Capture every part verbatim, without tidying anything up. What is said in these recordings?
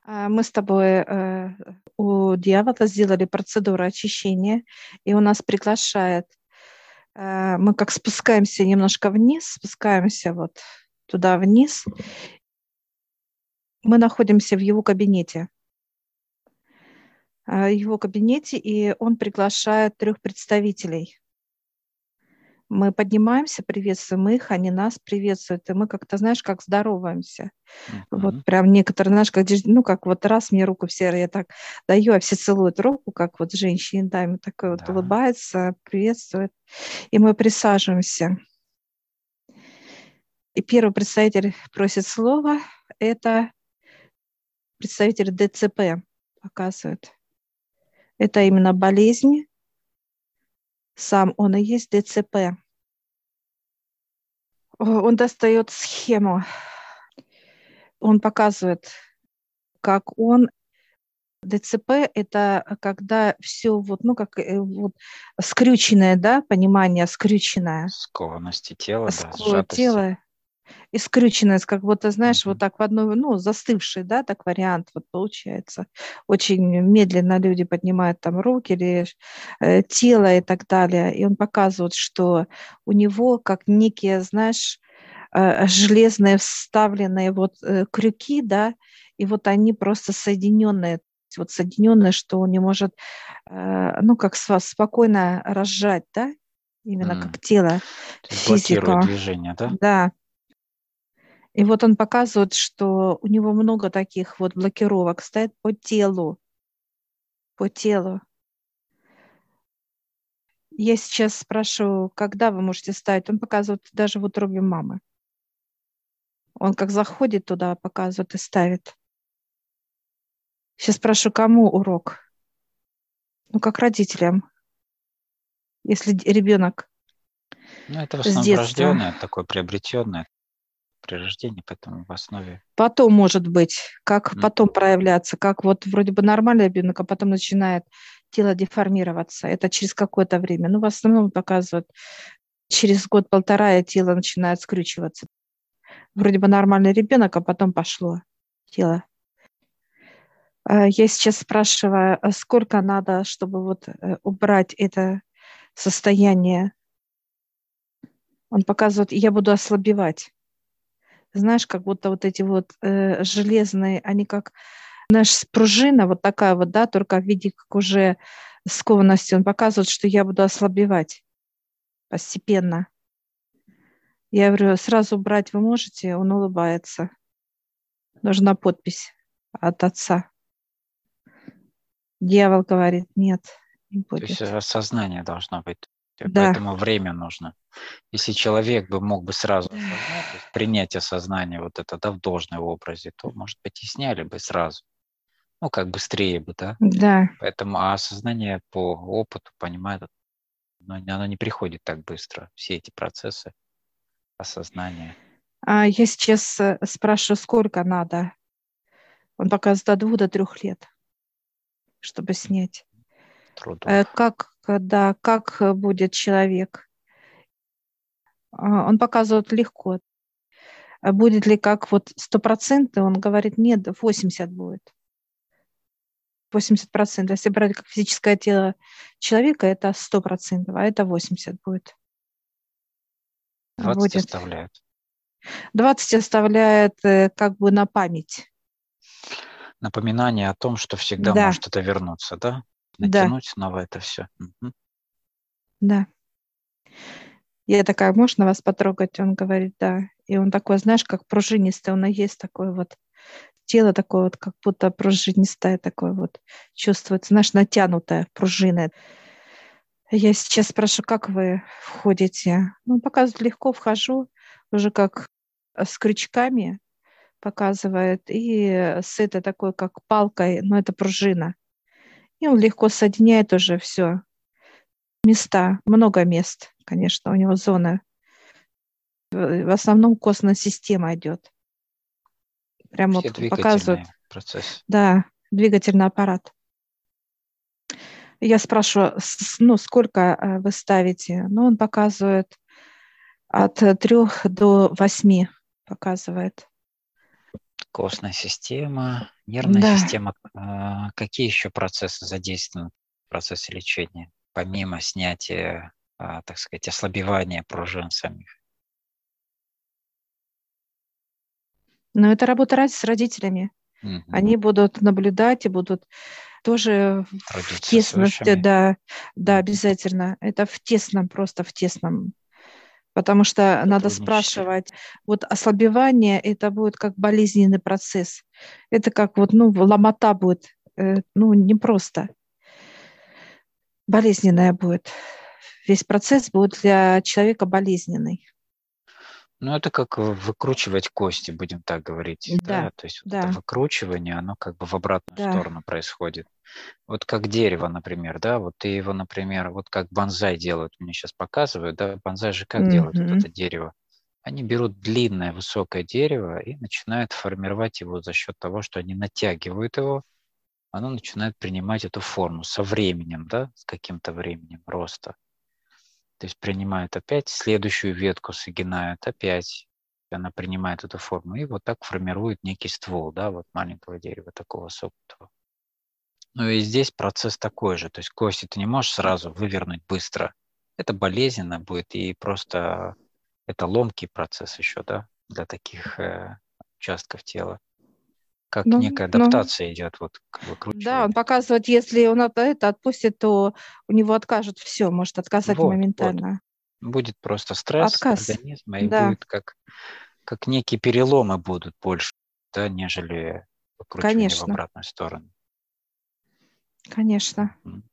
А, Мы с тобой э, у дьявола сделали процедуру очищения, и он нас приглашает. Э, Мы как спускаемся немножко вниз, спускаемся вот туда вниз. Мы находимся в его кабинете. э, В его кабинете, и он приглашает трех представителей. Мы поднимаемся, приветствуем их, они нас приветствуют, и мы как-то, знаешь, как здороваемся. Вот Мгм. прям некоторые, знаешь, как, диж- ну, как вот раз мне руку все, я так даю, а все целуют руку, как вот женщине, да, и такой вот Да. улыбается, приветствует, и мы присаживаемся. И первый представитель просит слова, это представитель дэ цэ пэ, показывает. Это именно болезнь, сам он и есть дэ цэ пэ. О, Он достает схему, он показывает, как он дэ цэ пэ — это когда все вот, ну, как э, вот скрюченное, да, понимание, скрюченное, Скованности тела, да, скло сжатости. тело и скрюченное, как будто, знаешь, вот Мгм. так в одной, ну, застывший, да, так вариант вот получается. Очень медленно люди поднимают там руки или э, тело и так далее, и он показывает, что у него как некие, знаешь, э, железные вставленные вот э, крюки, да, и вот они просто соединенные, вот соединенные, что он не может, э, ну, как сва- спокойно разжать, да, именно М. как тело, То есть блокирует физика, движение, да? да. И вот он показывает, что у него много таких вот блокировок стоит по телу, по телу. Я сейчас спрашиваю, когда вы можете ставить? Он показывает даже в утробе мамы. Он как заходит туда, показывает и ставит. Сейчас спрашиваю, кому урок? Ну, как родителям, если ребенок Ну, это в с основном детства. врожденное, такое приобретенное при рождении, поэтому в основе. Потом, может быть, как М. потом проявляться, как вот вроде бы нормальный ребенок, а потом начинает тело деформироваться. Это через какое-то время. Ну, в основном показывают, через год-полтора и тело начинает скрючиваться. Вроде бы нормальный ребенок, а потом пошло тело. А Я сейчас спрашиваю, а сколько надо, чтобы вот э, убрать это состояние. Он показывает, я буду ослабевать. Знаешь, как будто вот эти вот э, железные, они как, знаешь, пружина вот такая вот, да, только в виде как уже скованности. Он показывает, что я буду ослабевать постепенно. Я говорю, сразу убрать вы можете? Он улыбается. Нужна подпись от отца. Дьявол говорит, нет, не То есть будет. осознание должно быть. И Да, поэтому время нужно. Если человек бы мог бы сразу да, осознать, то есть принять осознание вот это, да, в должной образе, то, может быть, и сняли бы сразу. Ну, как быстрее бы, да. да. Поэтому а осознание по опыту, понимает, оно, оно не приходит так быстро. Все эти процессы осознания. А я сейчас э, спрашиваю, сколько надо. Он показывает от двух до трех лет, чтобы М. снять. Э, Трудов. Как, э, да, как э, будет человек? А, Он показывает легко. А будет ли как вот сто процентов? Он говорит, нет, восемьдесят будет. восемьдесят процентов. Если брать как физическое тело человека, это сто процентов, а это восемьдесят будет. двадцать Будет. оставляют. двадцать оставляет э, как бы на память. Напоминание о том, что всегда Да, может это вернуться, да? да, Натянуть снова это все. да. Я такая, можно вас потрогать? Он говорит, да. И он такой, знаешь, как пружинистый, он и есть такой вот. Тело такое вот, как будто пружинистое такое вот чувствуется, знаешь, натянутая пружина. Я сейчас спрашиваю, как вы входите? Ну, показывает легко, вхожу, уже как э, с крючками показывает, и с этой такой, как палкой, но это пружина. И он легко соединяет уже все. Места, много мест, конечно, у него зона. В в основном костная система идет. Прям Все вот показывает, двигательные процессы. да, двигательный аппарат. Я спрашиваю, с- ну, сколько э, вы ставите? Ну, он показывает от трех до восьми, показывает. Костная система, нервная Да. система. А, Какие еще процессы задействованы в процессе лечения, помимо снятия, а, так сказать, ослабевания пружин самих? Но это работа ради с родителями. Мгм. Они будут наблюдать и будут тоже в Трудиться с тесности, высшими. да, да, Мгм. обязательно. Это в тесном, просто в тесном. Потому что надо Сотрудничестве. спрашивать, вот ослабевание, это будет как болезненный процесс. Это как вот, ну, ломота будет, э, ну, непросто, болезненная будет. Весь процесс будет для человека болезненный. Ну, это как в- выкручивать кости, будем так говорить, Да, да, то есть вот это да, выкручивание, оно как бы в обратную да. сторону происходит. Вот как дерево, например, да, вот ты его, например, вот как бонсай делают, мне сейчас показывают, да, бонсай же как делают вот Мгм. это дерево? Они берут длинное высокое дерево и начинают формировать его за счет того, что они натягивают его, оно начинает принимать эту форму со временем, да, с каким-то временем роста. То есть принимают опять, следующую ветку согинают опять, она принимает эту форму, и вот так формирует некий ствол, да, вот маленького дерева, такого согнутого. Ну и здесь процесс такой же, то есть кости ты не можешь сразу вывернуть быстро. Это болезненно будет, и просто это ломкий процесс еще, да, для таких э, участков тела. Как Ну, некая ну, адаптация идет вот к да, он выкручиванию. показывает, если он это, это отпустит, то у него откажет все, может отказать Вот, вот. моментально. Будет просто стресс Отказ, организма, и да, будет как как некие переломы будут больше, да, нежели выкручивание в конечно, обратную сторону. конечно. Мгм.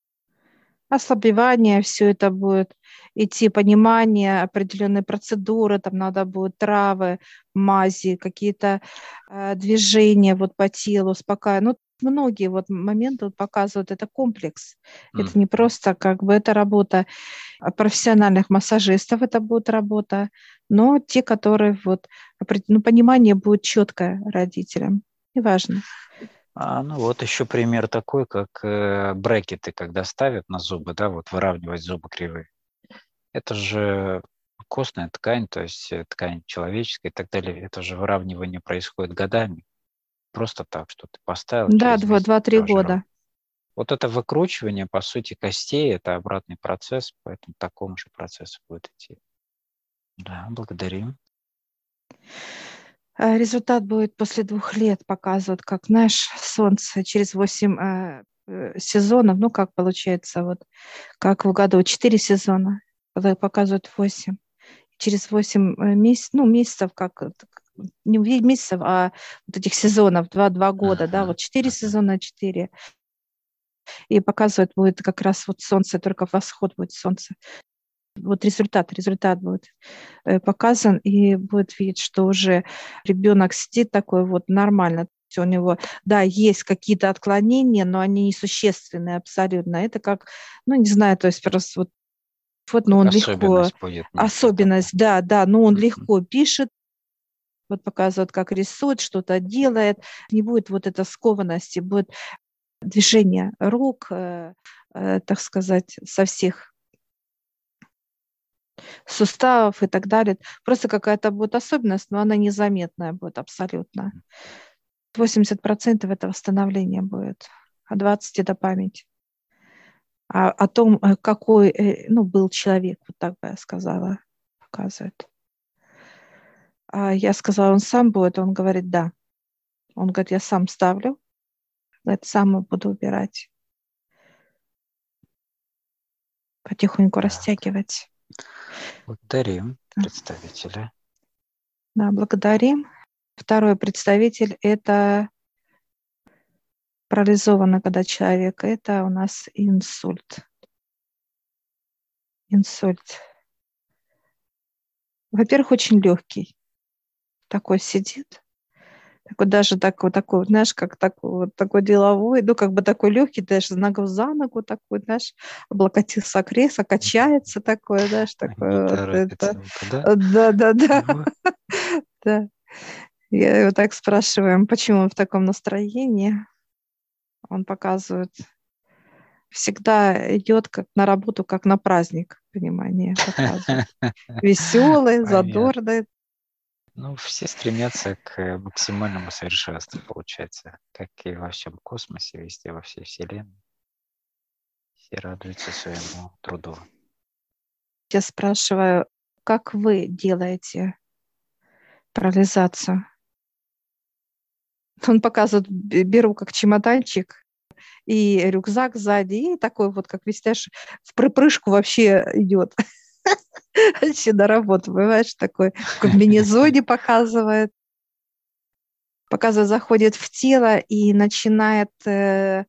Ослабевание, все это будет идти, понимание, определенные процедуры, там надо будет травы, мази, какие-то э, движения вот по телу, успокаивать. Ну, многие вот моменты вот показывают, это комплекс. Это не Мгм. просто как бы это работа а, профессиональных массажистов, это будет работа, но те, которые вот, опред- ну, понимание будет четкое родителям, неважно. А, ну вот еще пример такой, как э, брекеты, когда ставят на зубы, да, вот выравнивать зубы кривые. Это же костная ткань, то есть э, ткань человеческая и так далее. Это же выравнивание происходит годами. Просто так, что ты поставил Да, через два, весь два-три тренажер. года. Вот это выкручивание, по сути, костей, это обратный процесс, поэтому к такому же процессу будет идти. Да, благодарим. Э, результат будет после двух лет показывать, как, знаешь, солнце через восемь э, э, сезонов, ну, как получается, вот, как в году четыре сезона, когда показывают восемь. Через восемь э, месяцев, ну, месяцев, как, это, к- не ве- месяцев, а вот этих сезонов, два, два года, да, Мгм. вот четыре Мгм. сезона, четыре. И показывают будет как раз вот солнце, только восход будет солнце. Вот результат, результат будет э, показан, и будет видеть, что уже ребенок сидит такой вот нормально. То есть у него, да, есть какие-то отклонения, но они несущественные абсолютно. Это как, ну, не знаю, то есть просто вот, вот, но Как он легко, особенность будет некая такая. особенность, да, да, но он Мгм. легко пишет, вот показывает, как рисует, что-то делает. Не будет вот этой скованности, будет движение рук, э, э, так сказать, со всех суставов и так далее. Просто какая-то будет особенность, но она незаметная будет абсолютно. восемьдесят процентов это восстановление будет, а двадцать процентов это память. А о том, э, какой э, ну, был человек, вот так бы я сказала, показывает. А я сказала, он сам будет, он говорит, да. Он говорит, я сам ставлю, это сам и буду убирать, потихоньку Так, растягивать. благодарим Да, представителя. да, благодарим. Второй представитель– это парализованный, когда человек, это у нас инсульт. Инсульт. Во-первых, очень легкий. Такой сидит. Такой даже такой, такой, знаешь, как такой, вот такой деловой, ну, как бы такой легкий, даже ногу за ногу такой, знаешь, облокотился о кресло, качается такое, знаешь, Не такое вот это. торопится никуда. Да-да-да, Вот. да. Я его так спрашиваем, почему он в таком настроении. Он показывает, всегда идет как на работу, как на праздник, понимание, показывает. Веселый, Понятно. задорный. Ну, все стремятся к максимальному совершенству, получается, как и во всем космосе, везде, во всей Вселенной. Все радуются своему труду. Я спрашиваю, как вы делаете парализацию? Он показывает, б- беру как чемоданчик и рюкзак сзади, и такой вот, как вестишь, в припрыжку вообще идет. Вообще на работу, понимаешь, такой в комбинезоне показывает. Показывает, заходит в тело и начинает, э,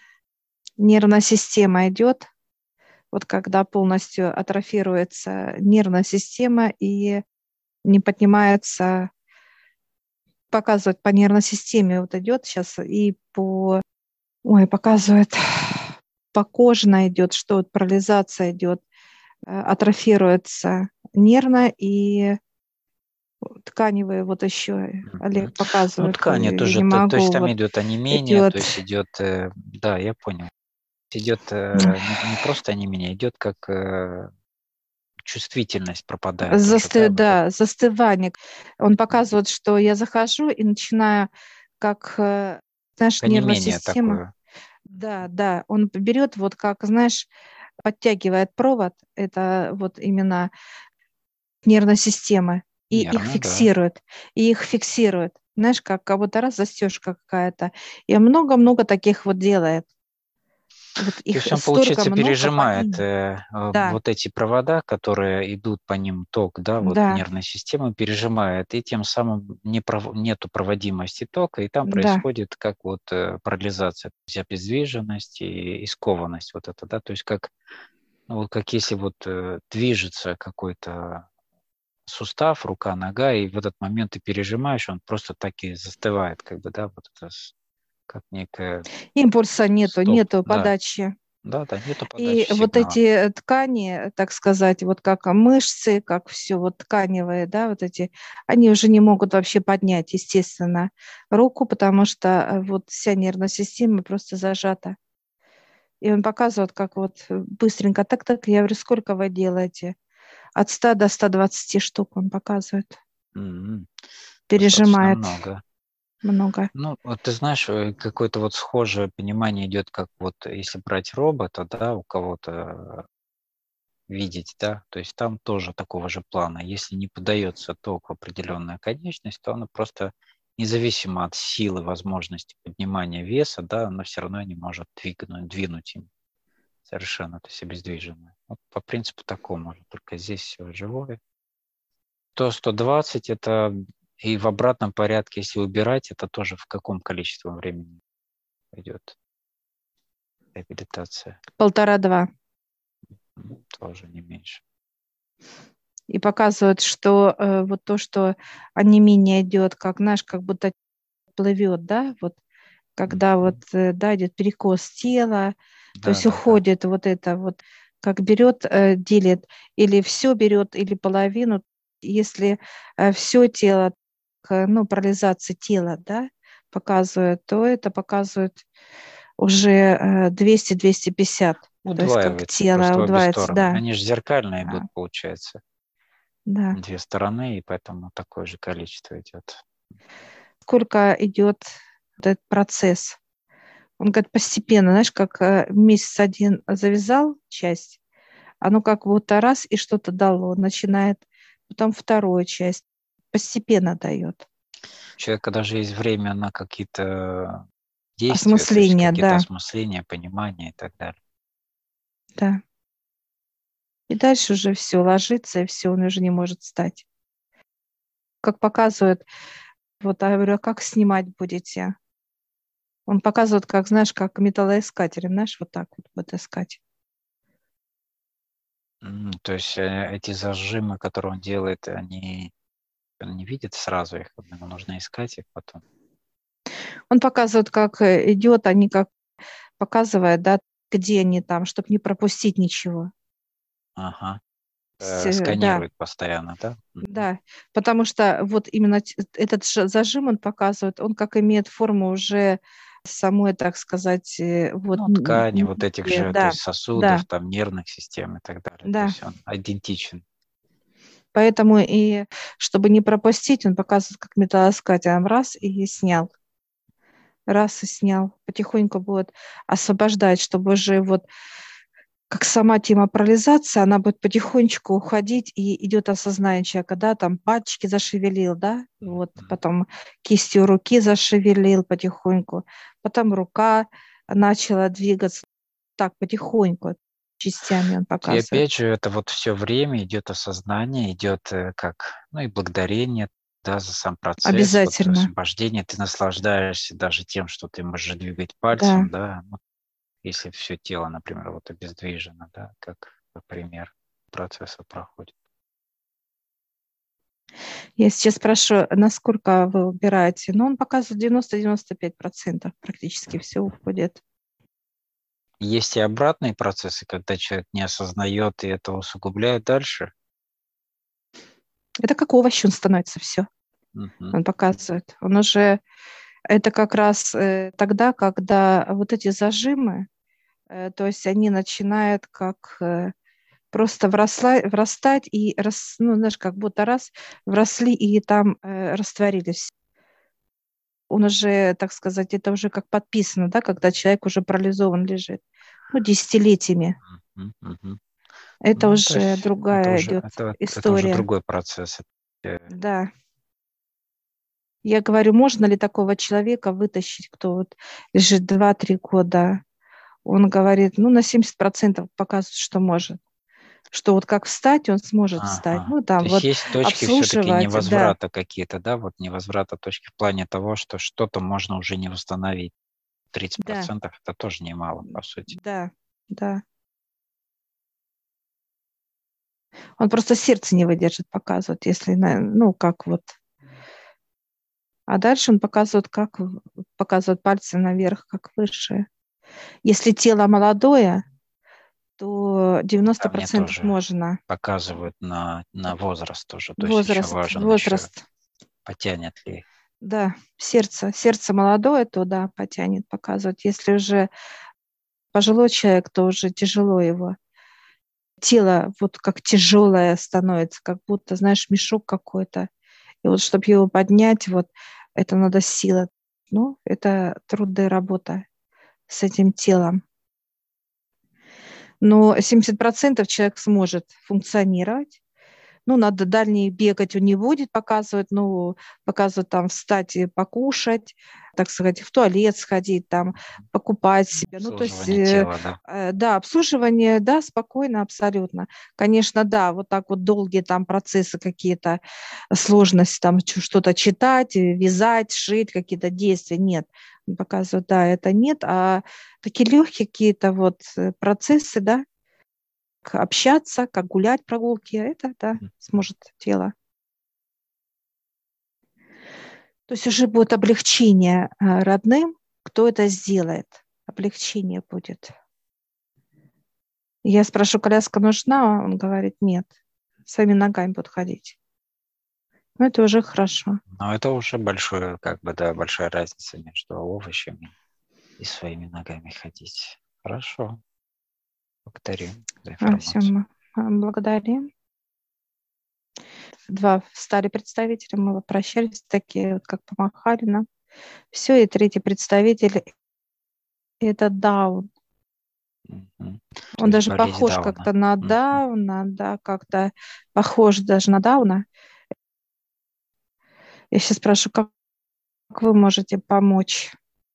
нервная система идет, вот когда полностью атрофируется нервная система и не поднимается, показывает по нервной системе, вот идет сейчас и по, ой, показывает, по кожной идет, что вот парализация идет, э, атрофируется нервно и тканевые вот еще Мгм. Олег Ну, показывает, ткань, ой, это я не же, то, то есть могу, там вот идет онемение, то идет есть идет, э, да, я понял, идет э, не, не просто онемение, идет как э, чувствительность пропадает уже, засты, да, вот это. да, застывание. Он показывает, что я захожу и начинаю, как, э, знаешь, нервная Онемение система. такое, Да, да, он берет, вот как, знаешь, подтягивает провод, это вот именно нервной системы, и их нервно, да. фиксирует, и их фиксирует. Знаешь, как, как будто раз застежка какая-то. И много-много таких вот делает. Вот То их есть он, столько получается, много по пережимает ним. э, э, Да, вот эти провода, которые идут по ним ток, да, вот да, нервной системы, пережимает, и тем самым не пров... нету проводимости тока, и там да. происходит как вот э, парализация, то есть обездвиженность и, и скованность вот это, да, то есть как, ну, вот как если вот э, движется какой-то сустав, рука, нога, и в этот момент ты пережимаешь, он просто так и застывает, как бы, да, вот это с- как некая Импульса нету, стоп, нету да, подачи. да, да, нету И подачи вот сигнала. эти ткани, так сказать, вот как мышцы, как все вот тканевые, да, вот эти, они уже не могут вообще поднять, естественно, руку, потому что э, вот вся нервная система просто зажата. И он показывает, как вот э, быстренько, так-так, я говорю, сколько вы делаете? От ста до ста двадцати штук он показывает, М, Достаточно пережимает много. много. Ну, вот ты знаешь, э, какое-то вот схожее понимание идет, как вот если брать робота, да, у кого-то видеть, да, то есть там тоже такого же плана. Если не подается ток в определенную конечность, то она просто независимо от силы, возможности поднимания веса, да, она все равно не может двигнуть, двинуть им совершенно, то есть обездвиженная. Вот по принципу такому же, только здесь все живое. То сто двадцать это и в обратном порядке, если убирать, это тоже в каком количестве времени идет реабилитация? Полтора-два. М, Тоже не меньше. И показывают, что э, вот то, что онемение идет, как, знаешь, как будто плывет, да, вот когда вот, Мгм. э, да, идет перекос тела, то Да, есть да, да. уходит вот это вот, как берет, э, делит, или все берет, или половину. Если все тело, к- ну, парализация тела, да, показывает, то это показывает уже э, двести двести пятьдесят, то есть как Удваивается тело просто в обе удваивается, стороны. да, Они же зеркально идут, да, получается, да. две стороны, и поэтому такое же количество идет. Сколько идет вот этот процесс? Он говорит, постепенно, знаешь, как э, месяц один завязал часть, оно как будто раз и что-то дало, начинает, потом вторую часть, постепенно дает. У человека даже есть время на какие-то действия, то есть Осмысление, какие-то да, осмысления, понимания и так далее. да. И дальше уже все ложится, и все, он уже не может встать. Как показывает, вот я говорю, а как снимать будете? Он показывает, как, знаешь, как металлоискателем, знаешь, вот так вот будет искать. М, То есть э, эти зажимы, которые он делает, они он не видит сразу их, ему нужно искать их потом. Он показывает, как э, идет, они как показывает, да, где они там, чтобы не пропустить ничего. Ага. С- Э, э, Да, Сканирует постоянно, да? Мгм. да, потому что вот именно т- этот ж- зажим он показывает, он как имеет форму уже самой, так сказать, э, вот, Ну, н- ткани вот этих нити, же, то да, есть сосудов, да, там, нервных систем и так далее. То да. есть он идентичен. Поэтому и чтобы не пропустить, он показывает, как металлоискателем раз и снял. Раз и снял. Потихоньку будет освобождать, чтобы уже вот как сама тема парализации, она будет потихонечку уходить, и идет осознание человека, да, там пальчики зашевелил, да, вот, потом кистью руки зашевелил потихоньку, потом рука начала двигаться так потихоньку, частями он И показывает. опять же, это вот все время идет осознание, идет э, как, ну и благодарение, да, за сам процесс, вот Обязательно, освобождение. Ты наслаждаешься даже тем, что ты можешь двигать да. пальцем, да, ну, если все тело, например, вот обездвижено, да, как, как пример процесса проходит. Я сейчас спрашиваю, насколько вы убираете? Ну, он показывает девяносто-девяносто пять процентов практически все уходит. Есть и обратные процессы, когда человек не осознает и это усугубляет дальше. Это как овощ он становится все. Мгм. Он показывает. Он уже, это как раз э, тогда, когда вот эти зажимы, э, то есть они начинают как э, просто вросла, врастать и, рас, ну, знаешь, как будто раз вросли и там э, растворились. Он уже, так сказать, это уже как подписано, да, когда человек уже парализован лежит. Ну, десятилетиями. Мгм. Мгм. Это Ну, то уже есть это другая уже, идет это, это уже история. другой процесс. Э, Да. Я говорю, можно ли такого человека вытащить, кто вот лежит два-три года? Он говорит, ну, на семьдесят процентов показывает, что может. Что вот как встать, он сможет встать. Ага. Ну, То там есть вот есть точки все-таки обслуживать, да, невозврата какие-то, да, вот невозврата точки в плане того, что что-то можно уже не восстановить. Тридцать да, процентов это тоже немало, по сути. да, да. Он просто сердце не выдержит, показывает, если, на- ну, как вот. А дальше он показывает, как в- показывает пальцы наверх, как выше. Если тело молодое, то девяносто Да, мне процентов тоже можно. показывают на, на возраст тоже. То есть еще Возраст, важен еще, возраст, потянет ли. да, сердце, сердце молодое, то да, потянет, показывает. Если уже пожилой человек, то уже тяжело его. Тело вот как тяжелое становится, как будто, знаешь, мешок какой-то. И вот чтобы его поднять, вот это надо сила. Ну, это трудная работа с этим телом. Но семьдесят процентов человек сможет функционировать. Ну, надо дальний бегать он не будет показывать, ну, показывать там встать и покушать, так сказать, в туалет сходить, там, покупать себе. Ну, то есть, Обслуживание э, тела, да. э, да, обслуживание, да, спокойно, абсолютно. Конечно, да, вот так вот долгие там процессы какие-то, сложности, там чё- что-то читать, э, вязать, шить, какие-то действия, нет. Он показывает, да, это нет, а такие легкие какие-то вот э, процессы, да, как общаться, как гулять, прогулки, это, да, Мгм. сможет тело. То есть уже будет облегчение а, родным, кто это сделает. Облегчение будет. Я спрашиваю, коляска нужна? Он говорит, нет. Своими ногами будут ходить. Ну, это уже хорошо. Но это уже большое, как бы, да, большая разница между овощами и своими ногами ходить. Хорошо. Благодарю за А, все, информацию. мы а, благодарим. Два стали представителя, мы попрощались, такие вот, как помахали нам. Все, и третий представитель– это Даун. Мгм. То Он есть даже болезнь похож Дауна. как-то на Мгм. Дауна, да, как-то похож даже на Дауна. Я сейчас спрашиваю, как как вы можете помочь?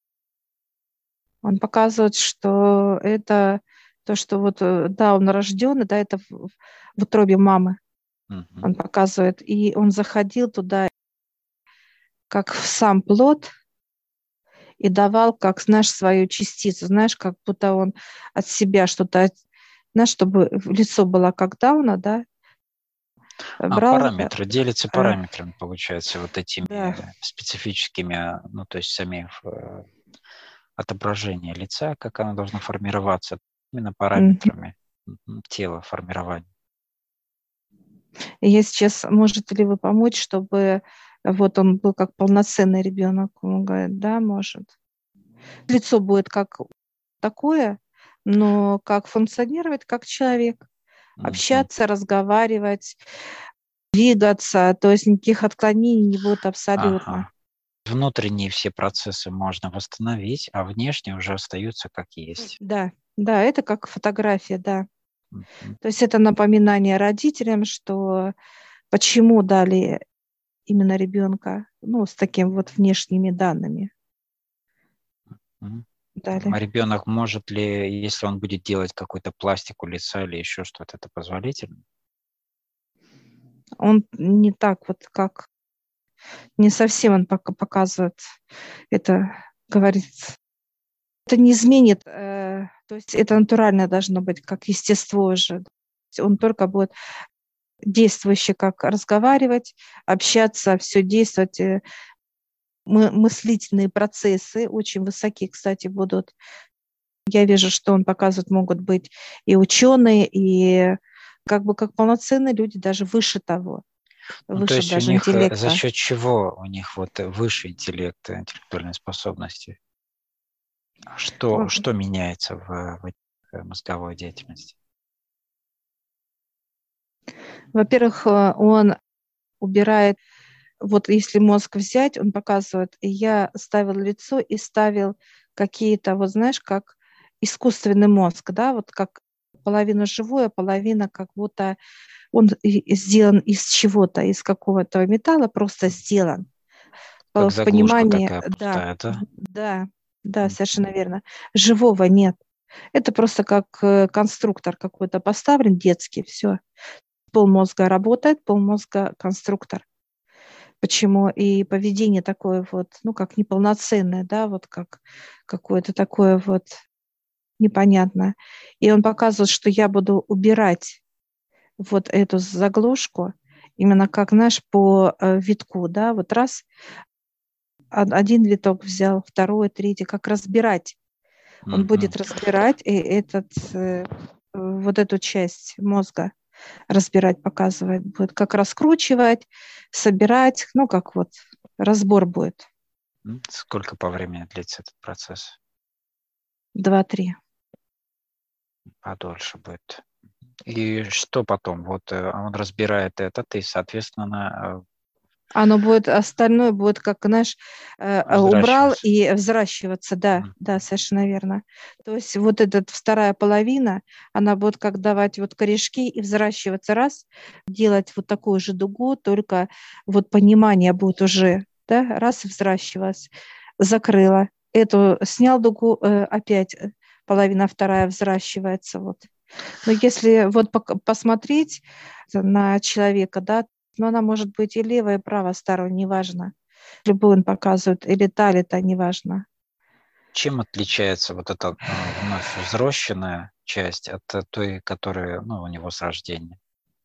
Он показывает, что это то, что вот, э, да, он рожден, да, это в, в утробе мамы. Мгм. Он показывает. И он заходил туда, как в сам плод, и давал, как, знаешь, свою частицу, знаешь, как будто он от себя что-то, знаешь, чтобы лицо было как Дауна, да, А, брал, э, параметры, делятся э, параметрами, получается, вот да, этими специфическими, ну, то есть сами э, отображения лица, как оно должно формироваться, именно мгм. параметрами мгм, тела формирования. И я сейчас, можете ли вы помочь, чтобы вот он был как полноценный ребенок? Он говорит, да, может. Лицо будет как такое, но как функционировать как человек, Мгм. общаться, разговаривать. двигаться, то есть никаких отклонений не будет абсолютно. Ага. Внутренние все процессы можно восстановить, а внешние уже остаются как есть. Да, да, это как фотография, да. Мгм. То есть это напоминание родителям, что почему дали именно ребенка, ну, с таким вот внешними данными Мгм. дали. А ребенок может ли, если он будет делать какую-то пластику лица или еще что-то, это позволительно? Он не так вот, как не совсем он пока показывает это, говорит. Это не изменит, э, то есть это натурально должно быть, как естество уже. То есть он только будет действующий, как разговаривать, общаться, все действовать. э, мы- мыслительные процессы очень высокие, кстати, будут. Я вижу, что он показывает, могут быть и ученые, и как бы как полноценные люди, даже выше того, Ну, то выше есть у даже них э, за интеллекта. счет чего у них вот э, выше интеллект, э, интеллектуальные способности? Что, М, что меняется в, в этой, э, мозговой деятельности? Во-первых, э, он убирает, вот если мозг взять, он показывает, и я ставил лицо и ставил какие-то, вот знаешь, как искусственный мозг, да, вот как половина живое, половина как будто он и- сделан из чего-то, из какого-то металла, просто сделан. Э, Как В заглушка понимании, такая да, пустая, да? да, да, Мгм. совершенно верно. Живого нет. Это просто как э, конструктор какой-то поставлен, детский, все. Полмозга работает, полмозга конструктор. Почему и поведение такое вот, ну, как неполноценное, да, вот как какое-то такое вот непонятное. И он показывает, что я буду убирать вот эту заглушку, именно как, знаешь, по э, витку, да, вот раз, од- один виток взял, второй, третий, как разбирать. Он Мгм. будет разбирать и этот, э, вот эту часть мозга разбирать, показывать будет, как раскручивать, собирать, ну, как вот разбор будет. М, Сколько по времени длится этот процесс? Два-три. Подольше будет. И что потом? Вот э, он разбирает этот, и, соответственно, Оно будет, остальное будет, как, знаешь, э, э, э, убрал взращивается. и взращиваться, да, Мгм. да, совершенно верно. То есть вот эта вторая половина, она будет как давать вот корешки и взращиваться раз, делать вот такую же дугу, только вот понимание будет уже, да, раз и взращивалась, закрыла. Эту снял дугу, э, опять э, половина вторая взращивается, вот. Но если вот пок- посмотреть на человека, да, но она может быть и левая, и правая сторона, неважно. Любую он показывает, или та, или та, неважно. Чем отличается вот эта а, вновь взросшенная часть от э, той, которая, ну, у него с рождения?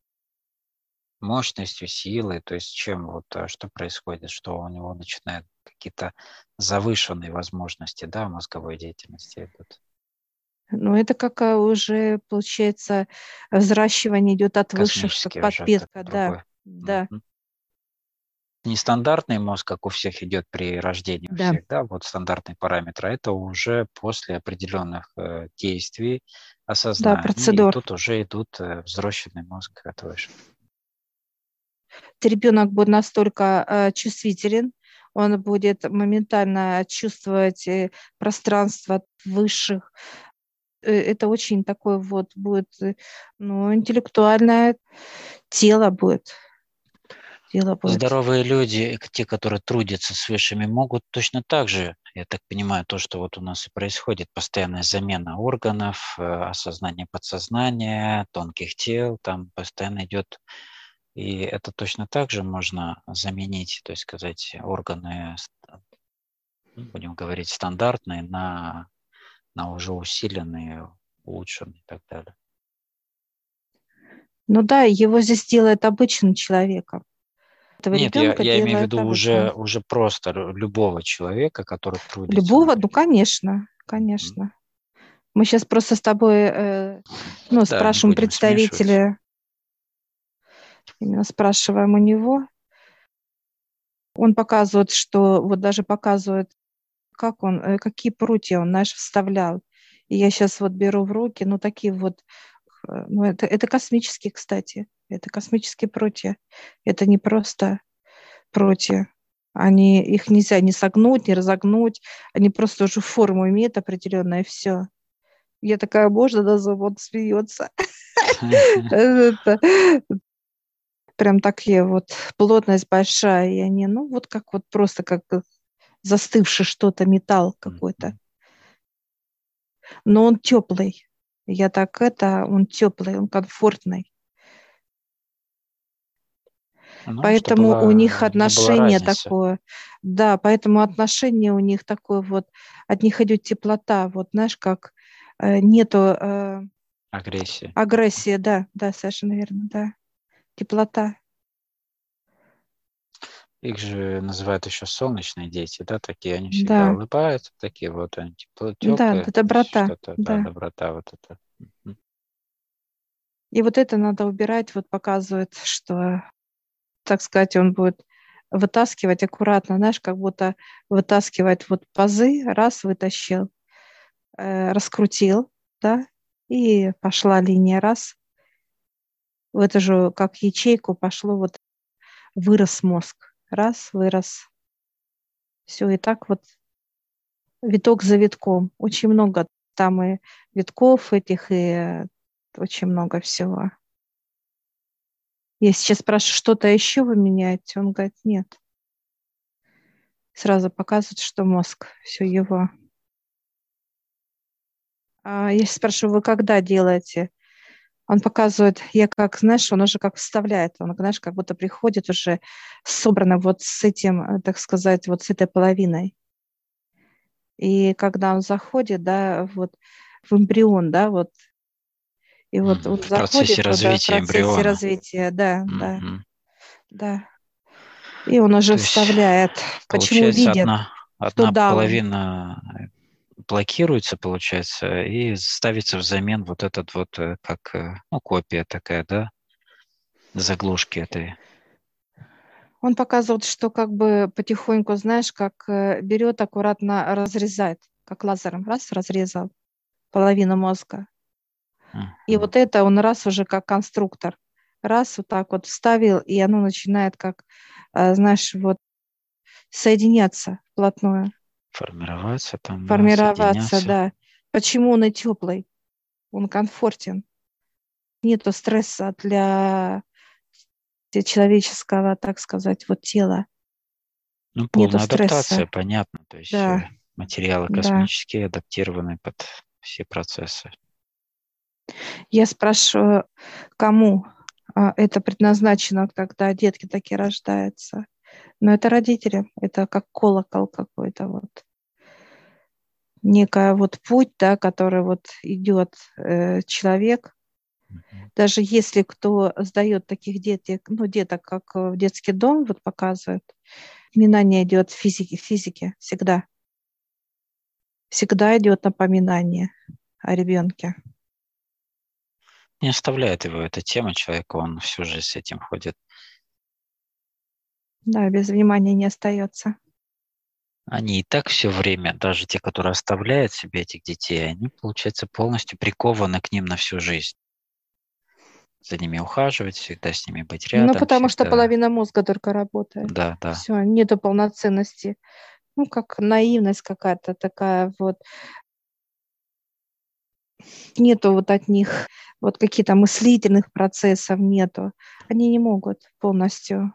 Мощностью, силой, то есть чем вот, а, что происходит, что у него начинают какие-то завышенные возможности, да, мозговой деятельности идут, Но это как а, уже, получается, взращивание идет от высших, как космические уже, это подпитка, да, другое. да, Мгм. Нестандартный мозг, как у всех идет при рождении у да, всех, да, вот стандартный параметр, а это уже после определенных э, действий, да, осознания, и процедур. тут уже идут э, взросшенный мозг от выше. Ребенок будет настолько э, чувствителен, он будет моментально чувствовать э, пространство высших. Э, это очень такое вот будет, э, ну, интеллектуальное тело будет, тело будет. Здоровые люди, к- те, которые трудятся с высшими, могут точно так же, я так понимаю, то, что вот у нас и происходит, постоянная замена органов, э, осознание подсознания, тонких тел, там постоянно идет. И это точно так же можно заменить, то есть сказать, органы, ст- ну, будем говорить, стандартные на, на уже усиленные, улучшенные и так далее. Ну да, его здесь делает обычным человеком. Этого Нет, я, ребенка я имею в делает виду обычным. уже, уже просто лю- любого человека, который трудится, Любого, ну, например. конечно, Мгм. конечно. Мы сейчас просто с тобой, э, ну, Да, не спрашиваем будем смешивать. представителя, именно спрашиваем у него. Он показывает, что вот даже показывает, как он, э, какие прутья он, знаешь, вставлял. И я сейчас вот беру в руки, ну, такие вот, э, ну, это, это космические, кстати. Это космические прутья. Это не просто прутья. Они, их нельзя ни согнуть, ни разогнуть. Они просто уже форму имеют определенную, и все. Я такая, можно, да, вот смеется. Это прям такие вот, плотность большая, и они, ну, вот как вот просто как застывший что-то, металл какой-то. Но он теплый. Я так это, он теплый, он комфортный. Ну, что Поэтому у них была, не было отношение разницы. такое, да, поэтому отношение у них такое вот, от них идет теплота, вот знаешь, как э, нету э, Агрессии. агрессии, да, да, совершенно верно, да, теплота. Их же называют еще солнечные дети, да, такие, они всегда Да, улыбаются, такие вот они тепло, да, теплые, д- доброта, что-то, да, да. доброта вот это. Мгм. И вот это надо убирать, вот показывает, что, так сказать, он будет вытаскивать аккуратно, знаешь, как будто вытаскивать вот пазы, раз вытащил, э, раскрутил, да, и пошла линия, раз, в эту же, как ячейку пошло, вот вырос мозг, раз, вырос. Все, и так вот виток за витком. Очень много там и витков этих, и э, очень много всего. Я сейчас спрашиваю, что-то еще вы меняете? Он говорит, нет. Сразу показывает, что мозг, все его. А я спрашиваю, вы когда делаете? Он показывает, я как, знаешь, он уже как вставляет, он, знаешь, как будто приходит уже собрано вот с этим, э, так сказать, вот с этой половиной. И когда он заходит, да, вот в эмбрион, да, вот, и вот Мгм. он В процессе заходит туда в развития процессе эмбриона. развития, да, да, Мгм. да. И он уже То есть, вставляет. Почему получается, видит, одна, что одна даун? половина блокируется, получается, и ставится взамен вот этот вот, э, как, э, ну, копия такая, да, заглушки этой. Он показывает, что как бы потихоньку, знаешь, как э, берет, аккуратно разрезает, как лазером, раз, разрезал половину мозга. И Мгм. вот это он раз уже как конструктор, раз вот так вот вставил, и оно начинает как, э, знаешь, вот соединяться вплотную, Формироваться там, да, формироваться, соединяться. да. Почему он и теплый? Он комфортен. Нету стресса для те- человеческого, так сказать, вот тела. Ну, Нету полная адаптация, стресса. понятно. То есть Да, э, материалы да. космические адаптированы под все процессы. Я спрашиваю, кому а, это предназначено, когда детки такие рождаются. Но это родителям, это как колокол какой-то вот. Некая вот путь, да, который вот идет э, человек. Мгм. Даже если кто сдает таких деток, ну, деток, как в детский дом, вот показывают, напоминание идет в физике, в физике всегда. Всегда идет напоминание о ребенке. Не оставляет его эта тема человека, он всю жизнь с этим ходит. Да, без внимания не остается. Они и так все время, даже те, которые оставляют себе этих детей, они, получается, полностью прикованы к ним на всю жизнь. За ними ухаживать, всегда с ними быть Ну, рядом, потому что всегда. половина мозга только работает. Да, да. Все, нету полноценности. Ну, как наивность какая-то такая вот. Нету вот от них вот каких-то мыслительных процессов нету. Они не могут полностью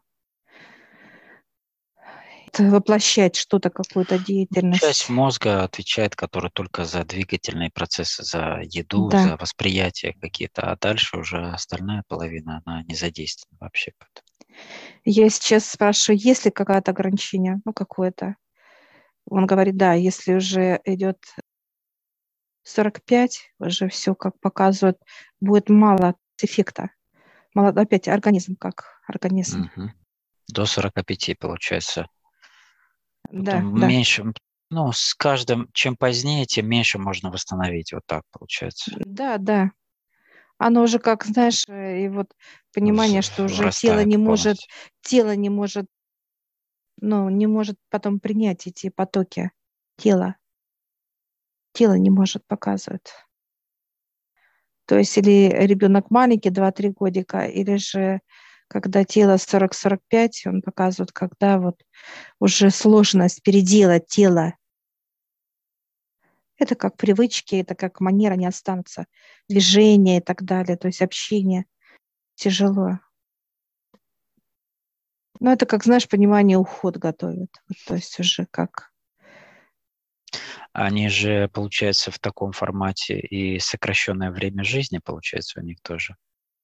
воплощать что-то, какую-то Часть деятельность. мозга отвечает, которая только за двигательные процессы, за еду, Да. за восприятие какие-то, а дальше уже остальная половина, она не задействована вообще. Я сейчас спрашиваю, есть ли какое-то ограничение, ну, какое-то. Он говорит, да, если уже идет сорок пять, уже все, как показывают, будет мало эффекта. Мало, опять организм как организм. Мгм. До сорока пяти получается. Да, Потом да. меньше, ну, с каждым, чем позднее, тем меньше можно восстановить. Вот так получается. Да, да. Оно уже как, знаешь, э, и вот понимание, Вз- что уже тело Вырастает не может, полностью. тело не может, ну, не может потом принять эти потоки тела. Тело не может показывать. То есть или ребенок маленький, два-три годика, или же когда тело сорок-сорок пять, он показывает, когда вот уже сложность переделать тело. Это как привычки, это как манера, не останутся, движение и так далее, то есть общение тяжело. Но это как, знаешь, понимание, уход готовят. Вот, то есть уже как... Они же, получается, в таком формате и сокращенное время жизни, получается, у них тоже.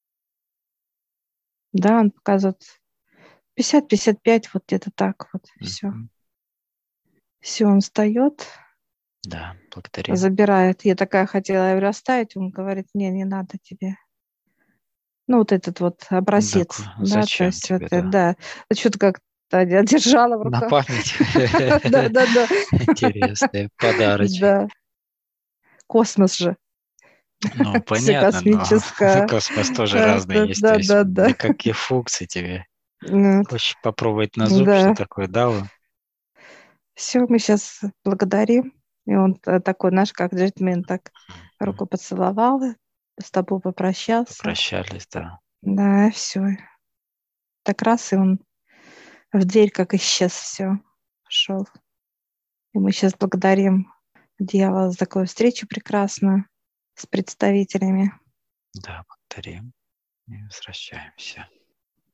Да, он показывает пятьдесят-пятьдесят пять, вот где-то так вот, все. Mm-hmm. Все, он встает, да, благодарю. забирает. Я такая хотела, я говорю, оставить, он говорит, не, не надо тебе. Ну, вот этот вот образец, Так, да, то зачем есть тебе, это, да? да, что-то как-то я держала в На руках. память. Да, да, да. Интересный подарочек. Да, космос же. Ну, Все понятно, но космическое. космос тоже Да, разный есть. То да, есть да, для да. каких функций тебе? Вот. Хочешь попробовать на зуб, что Да. такое дало? Все, мы сейчас благодарим. И он т- такой наш, как джентльмен, так руку поцеловал, с тобой попрощался. Попрощались, да. Да, все. Так раз, и он в дверь как исчез, все, шел. И мы сейчас благодарим дьявола за такую встречу прекрасную с представителями. Да, благодарим и возвращаемся.